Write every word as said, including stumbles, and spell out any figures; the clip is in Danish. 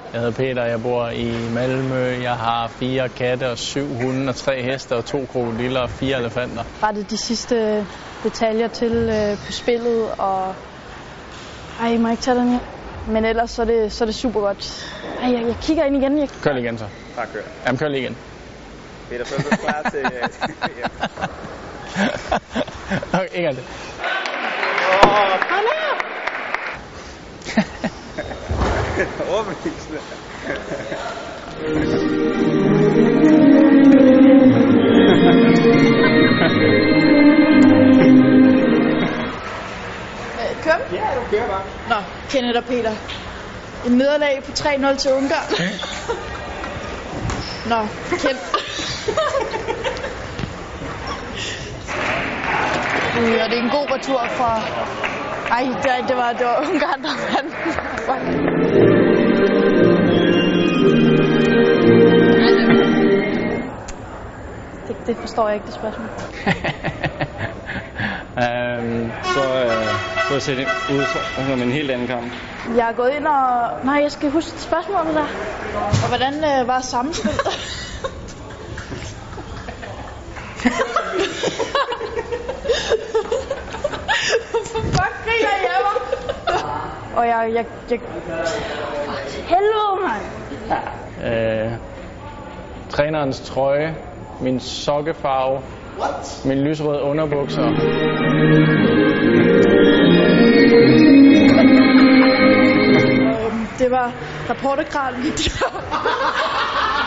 Jeg hedder Peter, jeg bor i Malmø. Jeg har fire katte og syv hunde og tre heste og to krokodiller og fire elefanter. Rettet de sidste detaljer til øh, på spillet, og ej, jeg må ikke tage den her. Men ellers så er det, så er det super godt. Ej, jeg, jeg kigger ind igen. Jeg... Kør lige igen så. Bare kør. Jamen, kør lige igen. Peter, så er du klar til... Okay, ikke alt det. Åh! Kom her! Overbevisende. Kør? Ja, du kører bare. Nå, Kenneth og Peter. En nederlag på tre nul til Ungarn. Nå, Kenneth. Uh, og det er en god retur fra... Ej, det, det, var, det var Ungarn, der vandt. Det, det forstår jeg ikke, det spørgsmål. um, så øh, så jeg set ud som en helt anden kamp. Jeg er gået ind og... Nej, jeg skal huske spørgsmålet der. Og hvordan øh, var sammenspillet? Hvorfor fuck griner jeg af mig? Og jeg... jeg, jeg... Helvede, mand! Øh, trænerens trøje, min sokkefarve, What? Min lysrøde underbukser. Det var rapportekralen.